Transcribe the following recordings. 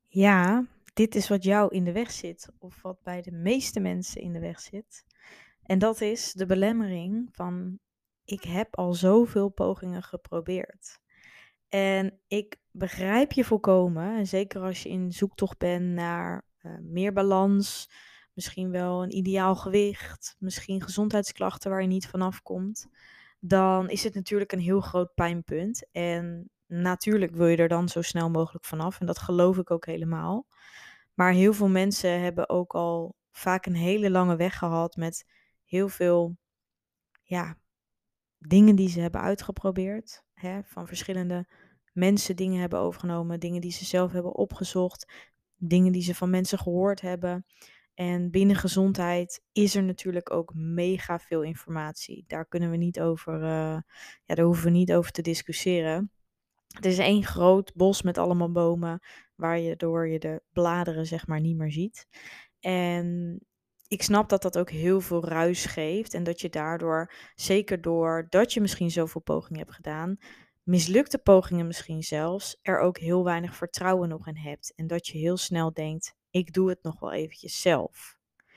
Ja, dit is wat jou in de weg zit, of wat bij de meeste mensen in de weg zit. En dat is de belemmering van: ik heb al zoveel pogingen geprobeerd. En ik begrijp je volkomen, en zeker als je in zoektocht bent naar meer balans, misschien wel een ideaal gewicht, misschien gezondheidsklachten waar je niet vanaf komt, dan is het natuurlijk een heel groot pijnpunt. En natuurlijk wil je er dan zo snel mogelijk vanaf, en dat geloof ik ook helemaal. Maar heel veel mensen hebben ook al vaak een hele lange weg gehad met heel veel, ja, dingen die ze hebben uitgeprobeerd, hè, van verschillende mensen dingen hebben overgenomen, dingen die ze zelf hebben opgezocht, dingen die ze van mensen gehoord hebben. En binnen gezondheid is er natuurlijk ook mega veel informatie. Daar kunnen we niet over, ja, daar hoeven we niet over te discussiëren. Het is één groot bos met allemaal bomen waar je door je de bladeren zeg maar niet meer ziet. En ik snap dat dat ook heel veel ruis geeft en dat je daardoor, zeker doordat je misschien zoveel pogingen hebt gedaan, mislukte pogingen misschien zelfs, er ook heel weinig vertrouwen nog in hebt. En dat je heel snel denkt: ik doe het nog wel eventjes zelf.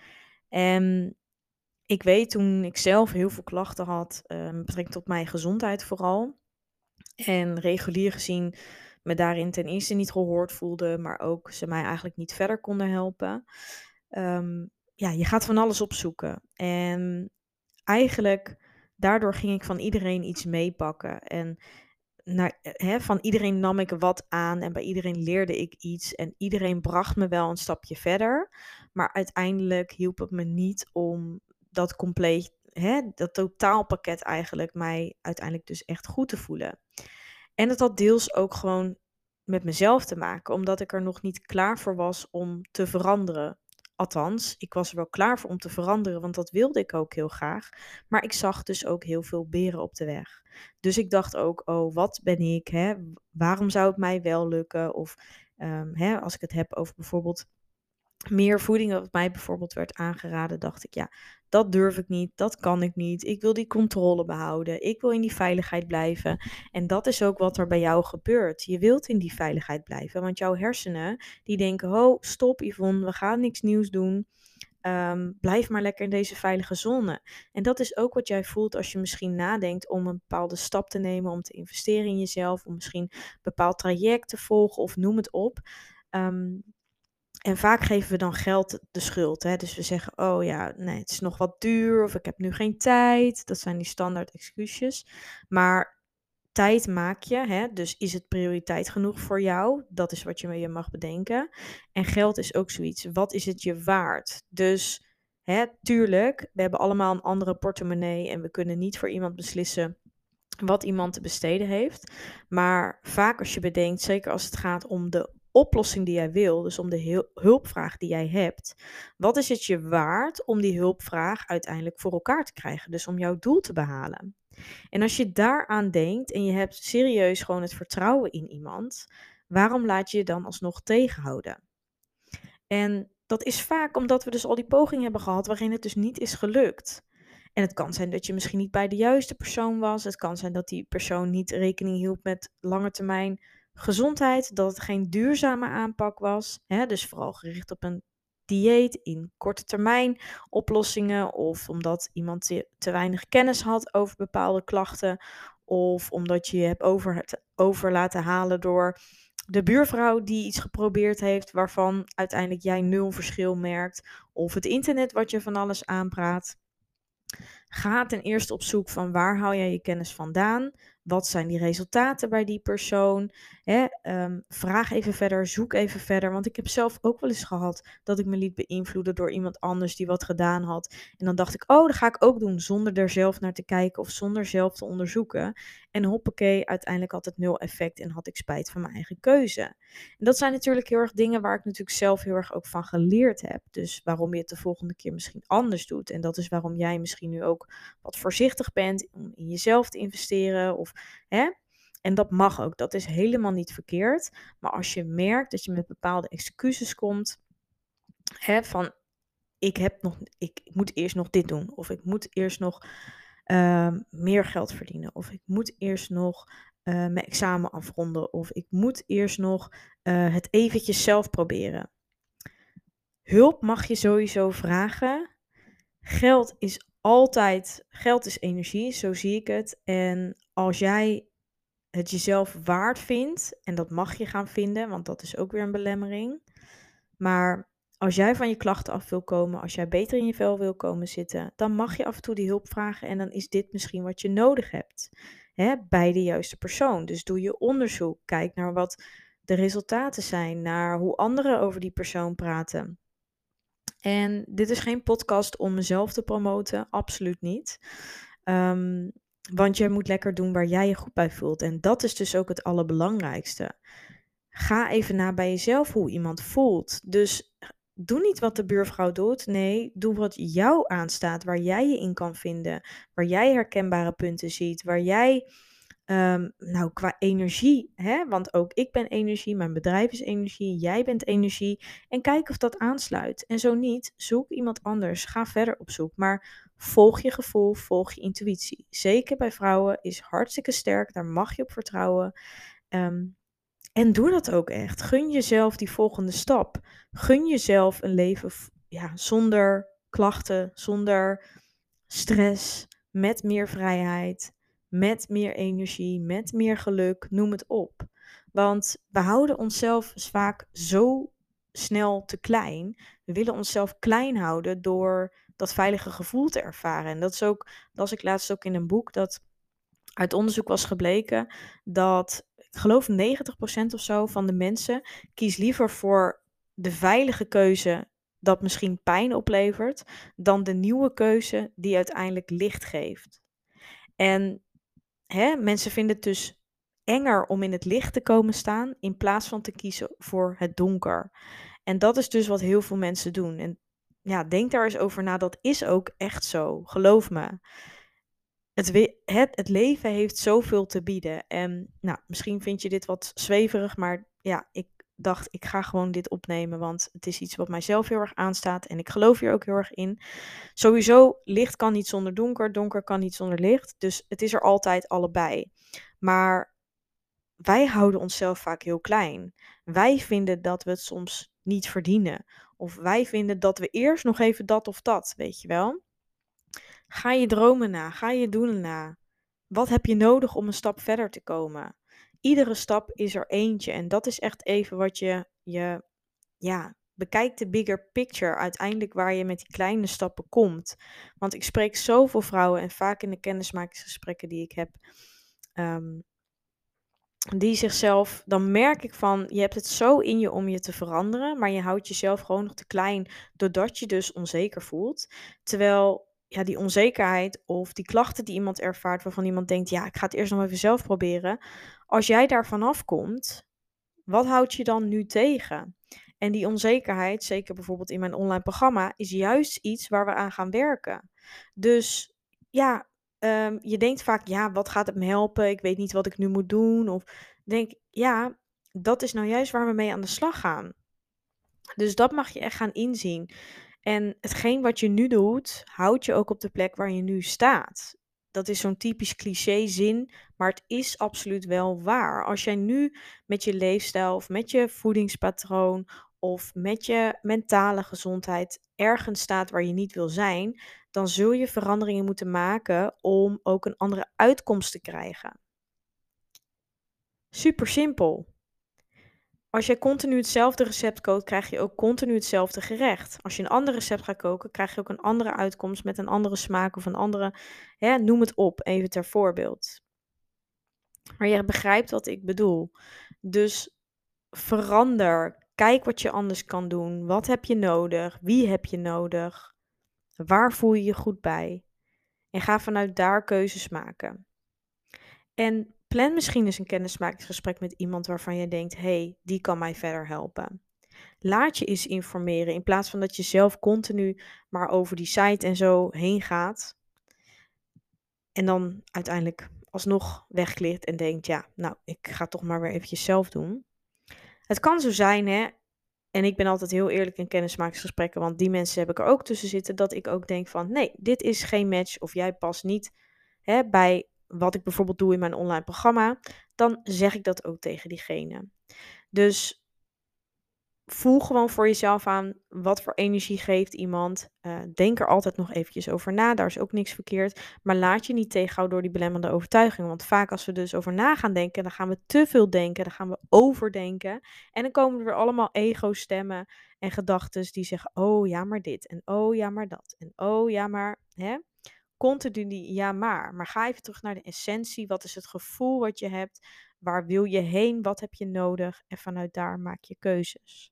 En ik weet toen ik zelf heel veel klachten had, met betrekking tot mijn gezondheid vooral. En regulier gezien me daarin ten eerste niet gehoord voelde, maar ook ze mij eigenlijk niet verder konden helpen. Ehm, ja, je gaat van alles opzoeken. En eigenlijk daardoor ging ik van iedereen iets meepakken. En van iedereen nam ik wat aan en bij iedereen leerde ik iets. En iedereen bracht me wel een stapje verder. Maar uiteindelijk hielp het me niet om dat compleet, dat totaalpakket eigenlijk mij uiteindelijk dus echt goed te voelen. En het had deels ook gewoon met mezelf te maken, omdat ik er nog niet klaar voor was om te veranderen. Althans, ik was er wel klaar voor om te veranderen, want dat wilde ik ook heel graag. Maar ik zag dus ook heel veel beren op de weg. Dus ik dacht ook: oh, wat ben ik? Hè? Waarom zou het mij wel lukken? Of als ik het heb over bijvoorbeeld meer voeding, wat mij bijvoorbeeld werd aangeraden, dacht ik: ja, dat durf ik niet, dat kan ik niet. Ik wil die controle behouden. Ik wil in die veiligheid blijven. En dat is ook wat er bij jou gebeurt. Je wilt in die veiligheid blijven, want jouw hersenen die denken: ho, stop Yvonne, we gaan niks nieuws doen. Blijf maar lekker in deze veilige zone. En dat is ook wat jij voelt als je misschien nadenkt om een bepaalde stap te nemen, om te investeren in jezelf, om misschien een bepaald traject te volgen of noem het op. Um, en vaak geven we dan geld de schuld. Hè? Dus we zeggen: oh ja, nee, het is nog wat duur of ik heb nu geen tijd. Dat zijn die standaard excuses. Maar tijd maak je, hè? Dus is het prioriteit genoeg voor jou? Dat is wat je mag bedenken. En geld is ook zoiets. Wat is het je waard? Dus tuurlijk, we hebben allemaal een andere portemonnee en we kunnen niet voor iemand beslissen wat iemand te besteden heeft. Maar vaak als je bedenkt, zeker als het gaat om de oplossing die jij wil, dus om de hulpvraag die jij hebt, wat is het je waard om die hulpvraag uiteindelijk voor elkaar te krijgen? Dus om jouw doel te behalen. En als je daaraan denkt en je hebt serieus gewoon het vertrouwen in iemand, waarom laat je je dan alsnog tegenhouden? En dat is vaak omdat we dus al die pogingen hebben gehad waarin het dus niet is gelukt. En het kan zijn dat je misschien niet bij de juiste persoon was. Het kan zijn dat die persoon niet rekening hield met lange termijn gezondheid. Dat het geen duurzame aanpak was. Dus vooral gericht op een dieet in korte termijn oplossingen. Of omdat iemand te weinig kennis had over bepaalde klachten. Of omdat je je hebt over laten halen door de buurvrouw die iets geprobeerd heeft waarvan uiteindelijk jij nul verschil merkt. Of het internet wat je van alles aanpraat. Ga ten eerste op zoek van: waar haal jij je kennis vandaan? Wat zijn die resultaten bij die persoon? Vraag even verder, zoek even verder. Want ik heb zelf ook wel eens gehad dat ik me liet beïnvloeden door iemand anders die wat gedaan had. En dan dacht ik: oh, dat ga ik ook doen, zonder er zelf naar te kijken of zonder zelf te onderzoeken. En hoppakee, uiteindelijk had het nul effect en had ik spijt van mijn eigen keuze. En dat zijn natuurlijk heel erg dingen waar ik natuurlijk zelf heel erg ook van geleerd heb. Dus waarom je het de volgende keer misschien anders doet. En dat is waarom jij misschien nu ook wat voorzichtig bent om in jezelf te investeren. En dat mag ook. Dat is helemaal niet verkeerd. Maar als je merkt dat je met bepaalde excuses komt, van: ik moet eerst nog dit doen. Of ik moet eerst nog meer geld verdienen. Of ik moet eerst nog mijn examen afronden. Of ik moet eerst nog het eventjes zelf proberen. Hulp mag je sowieso vragen. Geld is energie, zo zie ik het. En als jij het jezelf waard vindt, en dat mag je gaan vinden, want dat is ook weer een belemmering. Maar als jij van je klachten af wil komen, als jij beter in je vel wil komen zitten, dan mag je af en toe die hulp vragen en dan is dit misschien wat je nodig hebt. Bij de juiste persoon. Dus doe je onderzoek, kijk naar wat de resultaten zijn, naar hoe anderen over die persoon praten. En dit is geen podcast om mezelf te promoten, absoluut niet. Want jij moet lekker doen waar jij je goed bij voelt. En dat is dus ook het allerbelangrijkste. Ga even na bij jezelf hoe iemand voelt. Dus doe niet wat de buurvrouw doet. Nee, doe wat jou aanstaat, waar jij je in kan vinden. Waar jij herkenbare punten ziet. Waar jij, qua energie, want ook ik ben energie, mijn bedrijf is energie, jij bent energie. En kijk of dat aansluit. En zo niet, zoek iemand anders. Ga verder op zoek. Maar volg je gevoel, volg je intuïtie. Zeker bij vrouwen is hartstikke sterk. Daar mag je op vertrouwen. En doe dat ook echt. Gun jezelf die volgende stap. Gun jezelf een leven zonder klachten, zonder stress, met meer vrijheid, met meer energie, met meer geluk, noem het op. Want we houden onszelf vaak zo snel te klein. We willen onszelf klein houden door dat veilige gevoel te ervaren. En dat is ook, las ik laatst ook in een boek, dat uit onderzoek was gebleken dat, ik geloof 90% of zo van de mensen kiest liever voor de veilige keuze dat misschien pijn oplevert, dan de nieuwe keuze die uiteindelijk licht geeft. En mensen vinden het dus enger om in het licht te komen staan, in plaats van te kiezen voor het donker. En dat is dus wat heel veel mensen doen. En ja, denk daar eens over na, dat is ook echt zo, geloof me. Het leven heeft zoveel te bieden. En misschien vind je dit wat zweverig, maar ja, ik dacht, ik ga gewoon dit opnemen, want het is iets wat mijzelf heel erg aanstaat en ik geloof hier ook heel erg in. Sowieso, licht kan niet zonder donker, donker kan niet zonder licht, dus het is er altijd allebei. Maar wij houden onszelf vaak heel klein. Wij vinden dat we het soms niet verdienen. Of wij vinden dat we eerst nog even dat of dat, weet je wel. Ga je dromen na, ga je doelen na. Wat heb je nodig om een stap verder te komen? Iedere stap is er eentje en dat is echt even wat je bekijk de bigger picture, uiteindelijk waar je met die kleine stappen komt. Want ik spreek zoveel vrouwen en vaak in de kennismakingsgesprekken die ik heb, die zichzelf, dan merk ik van, je hebt het zo in je om je te veranderen, maar je houdt jezelf gewoon nog te klein, doordat je dus onzeker voelt. Terwijl die onzekerheid of die klachten die iemand ervaart, waarvan iemand denkt, ja, ik ga het eerst nog even zelf proberen. Als jij daar vanaf komt, wat houdt je dan nu tegen? En die onzekerheid, zeker bijvoorbeeld in mijn online programma, is juist iets waar we aan gaan werken. Dus ja, je denkt vaak, ja, wat gaat het me helpen? Ik weet niet wat ik nu moet doen. Of denk, ja, dat is nou juist waar we mee aan de slag gaan. Dus dat mag je echt gaan inzien. En hetgeen wat je nu doet, houdt je ook op de plek waar je nu staat. Dat is zo'n typisch cliché-zin, maar het is absoluut wel waar. Als jij nu met je leefstijl of met je voedingspatroon of met je mentale gezondheid ergens staat waar je niet wil zijn, dan zul je veranderingen moeten maken om ook een andere uitkomst te krijgen. Super simpel. Als jij continu hetzelfde recept kookt, krijg je ook continu hetzelfde gerecht. Als je een ander recept gaat koken, krijg je ook een andere uitkomst met een andere smaak of een andere, noem het op, even ter voorbeeld. Maar je begrijpt wat ik bedoel. Dus verander. Kijk wat je anders kan doen. Wat heb je nodig? Wie heb je nodig? Waar voel je je goed bij? En ga vanuit daar keuzes maken. En plan misschien eens een kennismakingsgesprek met iemand waarvan je denkt, hey, die kan mij verder helpen. Laat je eens informeren in plaats van dat je zelf continu maar over die site en zo heen gaat. En dan uiteindelijk alsnog wegklikt en denkt, ja, nou, ik ga toch maar weer eventjes zelf doen. Het kan zo zijn, en ik ben altijd heel eerlijk in kennismakingsgesprekken, want die mensen heb ik er ook tussen zitten, dat ik ook denk van, nee, dit is geen match of jij past niet bij wat ik bijvoorbeeld doe in mijn online programma, dan zeg ik dat ook tegen diegene. Dus voel gewoon voor jezelf aan wat voor energie geeft iemand. Denk er altijd nog eventjes over na. Daar is ook niks verkeerd. Maar laat je niet tegenhouden door die belemmerende overtuigingen. Want vaak als we dus over na gaan denken, dan gaan we te veel denken. Dan gaan we overdenken. En dan komen er weer allemaal ego-stemmen en gedachten die zeggen, oh ja, maar dit. En oh ja, maar dat. En oh ja, maar... Hè? Continu die ja, maar. Maar ga even terug naar de essentie. Wat is het gevoel wat je hebt? Waar wil je heen? Wat heb je nodig? En vanuit daar maak je keuzes.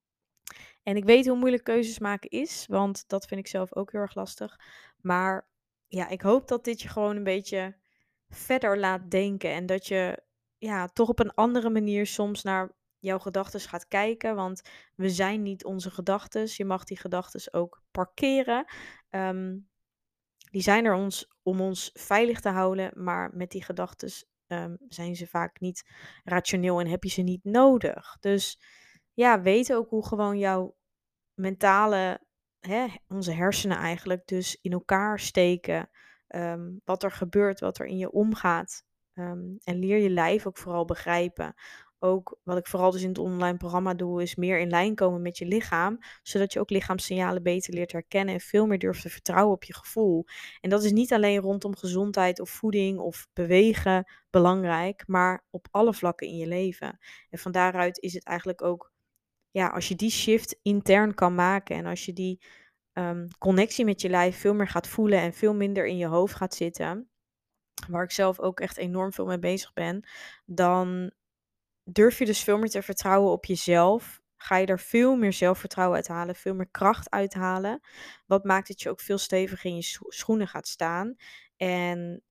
En ik weet hoe moeilijk keuzes maken is, want dat vind ik zelf ook heel erg lastig. Maar ja, ik hoop dat dit je gewoon een beetje verder laat denken. En dat je ja, toch op een andere manier soms naar jouw gedachten gaat kijken. Want we zijn niet onze gedachten. Je mag die gedachten ook parkeren. Ehm, die zijn er om ons veilig te houden. Maar met die gedachten zijn ze vaak niet rationeel en heb je ze niet nodig. Dus ja, weet ook hoe gewoon jouw mentale, onze hersenen eigenlijk dus in elkaar steken. Wat er gebeurt, wat er in je omgaat. En leer je lijf ook vooral begrijpen. Ook wat ik vooral dus in het online programma doe, is meer in lijn komen met je lichaam. Zodat je ook lichaamssignalen beter leert herkennen en veel meer durft te vertrouwen op je gevoel. En dat is niet alleen rondom gezondheid of voeding of bewegen belangrijk, maar op alle vlakken in je leven. En van daaruit is het eigenlijk ook ja, als je die shift intern kan maken en als je die connectie met je lijf veel meer gaat voelen en veel minder in je hoofd gaat zitten, waar ik zelf ook echt enorm veel mee bezig ben, dan durf je dus veel meer te vertrouwen op jezelf. Ga je er veel meer zelfvertrouwen uit halen, veel meer kracht uithalen. Wat maakt dat je ook veel steviger in je schoenen gaat staan. En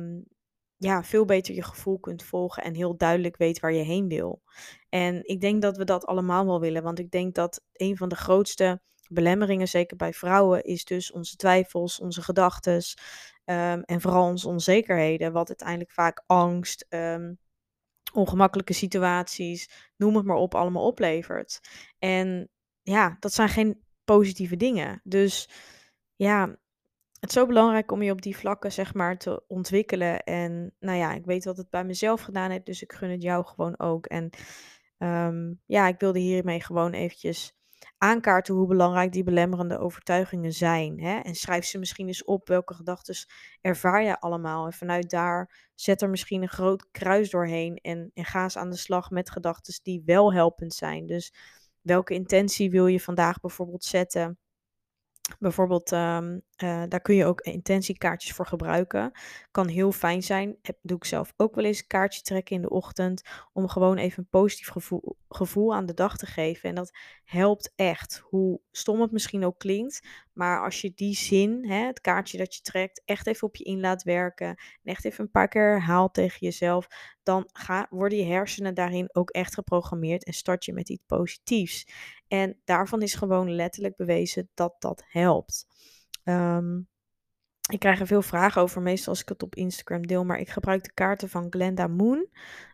ja, veel beter je gevoel kunt volgen en heel duidelijk weet waar je heen wil. En ik denk dat we dat allemaal wel willen. Want ik denk dat een van de grootste belemmeringen, zeker bij vrouwen, is dus onze twijfels, onze gedachten. En vooral onze onzekerheden. Wat uiteindelijk vaak angst, ongemakkelijke situaties, noem het maar op, allemaal oplevert. En ja, dat zijn geen positieve dingen. Dus ja, het is zo belangrijk om je op die vlakken, zeg maar, te ontwikkelen. En nou ja, ik weet wat het bij mezelf gedaan heeft, dus ik gun het jou gewoon ook. En ja, ik wilde hiermee gewoon eventjes aankaarten hoe belangrijk die belemmerende overtuigingen zijn. Hè? En schrijf ze misschien eens op, welke gedachten ervaar je allemaal. En vanuit daar zet er misschien een groot kruis doorheen en ga eens aan de slag met gedachten die wel helpend zijn. Dus welke intentie wil je vandaag bijvoorbeeld zetten? Bijvoorbeeld, daar kun je ook intentiekaartjes voor gebruiken. Kan heel fijn zijn. Doe ik zelf ook wel eens een kaartje trekken in de ochtend. Om gewoon even een positief gevoel aan de dag te geven. En dat helpt echt. Hoe stom het misschien ook klinkt. Maar als je die zin, het kaartje dat je trekt, echt even op je in laat werken. En echt even een paar keer herhaalt tegen jezelf. Dan worden je hersenen daarin ook echt geprogrammeerd. En start je met iets positiefs. En daarvan is gewoon letterlijk bewezen dat dat helpt. Ik krijg er veel vragen over, meestal als ik het op Instagram deel. Maar ik gebruik de kaarten van Glenda Moon.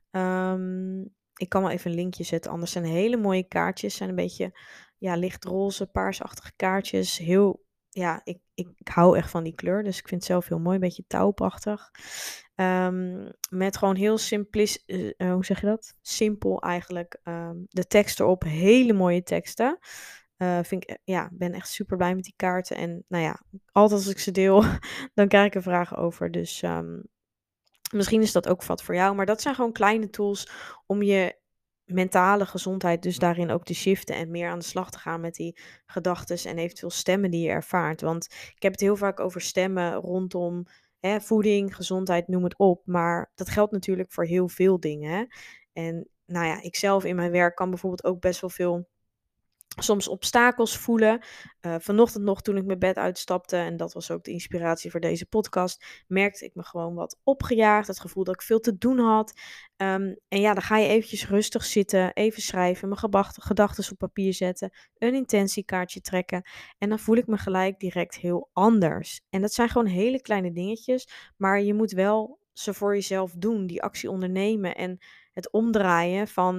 Ik kan wel even een linkje zetten, anders zijn hele mooie kaartjes. Zijn een beetje lichtroze, paarsachtige kaartjes. Heel, ja, ik hou echt van die kleur, dus ik vind het zelf heel mooi. Een beetje touwprachtig. Met gewoon heel hoe zeg je dat? Simpel eigenlijk. De tekst erop, hele mooie teksten. Ben echt super blij met die kaarten. En nou ja, altijd als ik ze deel, dan krijg ik er vragen over. Dus misschien is dat ook wat voor jou. Maar dat zijn gewoon kleine tools om je mentale gezondheid dus daarin ook te shiften. En meer aan de slag te gaan met die gedachten en eventueel stemmen die je ervaart. Want ik heb het heel vaak over stemmen rondom voeding, gezondheid, noem het op. Maar dat geldt natuurlijk voor heel veel dingen. Hè? En nou ja, ik zelf in mijn werk kan bijvoorbeeld ook best wel veel soms obstakels voelen. Vanochtend nog toen ik mijn bed uitstapte, en dat was ook de inspiratie voor deze podcast, merkte ik me gewoon wat opgejaagd. Het gevoel dat ik veel te doen had. En ja, dan ga je eventjes rustig zitten, even schrijven, mijn gedachten op papier zetten, een intentiekaartje trekken. En dan voel ik me gelijk direct heel anders. En dat zijn gewoon hele kleine dingetjes, maar je moet wel ze voor jezelf doen, die actie ondernemen en het omdraaien van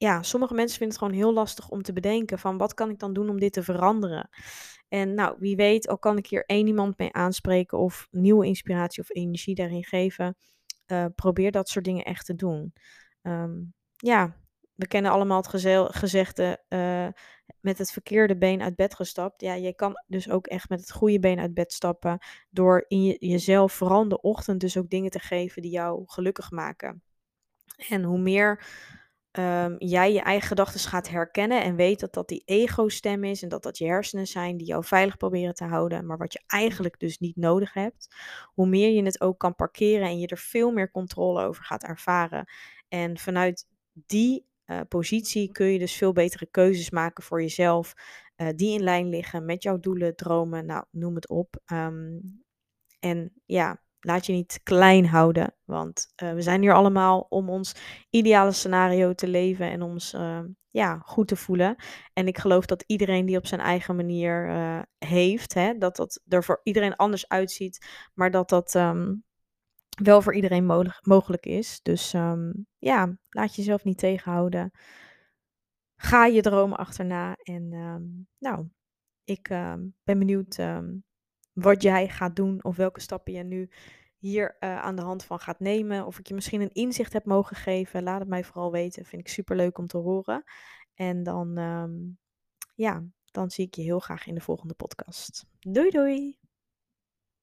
ja, sommige mensen vinden het gewoon heel lastig om te bedenken van wat kan ik dan doen om dit te veranderen? En nou, wie weet, al kan ik hier één iemand mee aanspreken of nieuwe inspiratie of energie daarin geven. Probeer dat soort dingen echt te doen. Ehm, ja, we kennen allemaal het gezegde met het verkeerde been uit bed gestapt. Ja, je kan dus ook echt met het goede been uit bed stappen door in jezelf vooral in de ochtend dus ook dingen te geven die jou gelukkig maken. En hoe meer jij je eigen gedachten gaat herkennen en weet dat dat die ego-stem is en dat dat je hersenen zijn die jou veilig proberen te houden, maar wat je eigenlijk dus niet nodig hebt, hoe meer je het ook kan parkeren en je er veel meer controle over gaat ervaren. En vanuit die positie kun je dus veel betere keuzes maken voor jezelf, die in lijn liggen met jouw doelen, dromen, nou, noem het op. En ja, laat je niet klein houden, want we zijn hier allemaal om ons ideale scenario te leven en ons ja, goed te voelen. En ik geloof dat iedereen die op zijn eigen manier heeft, hè, dat dat er voor iedereen anders uitziet, maar dat dat wel voor iedereen mogelijk is. Dus ja, laat jezelf niet tegenhouden. Ga je dromen achterna en nou, ik ben benieuwd wat jij gaat doen of welke stappen je nu hier aan de hand van gaat nemen. Of ik je misschien een inzicht heb mogen geven. Laat het mij vooral weten. Vind ik super leuk om te horen. En dan, ja, dan zie ik je heel graag in de volgende podcast. Doei doei!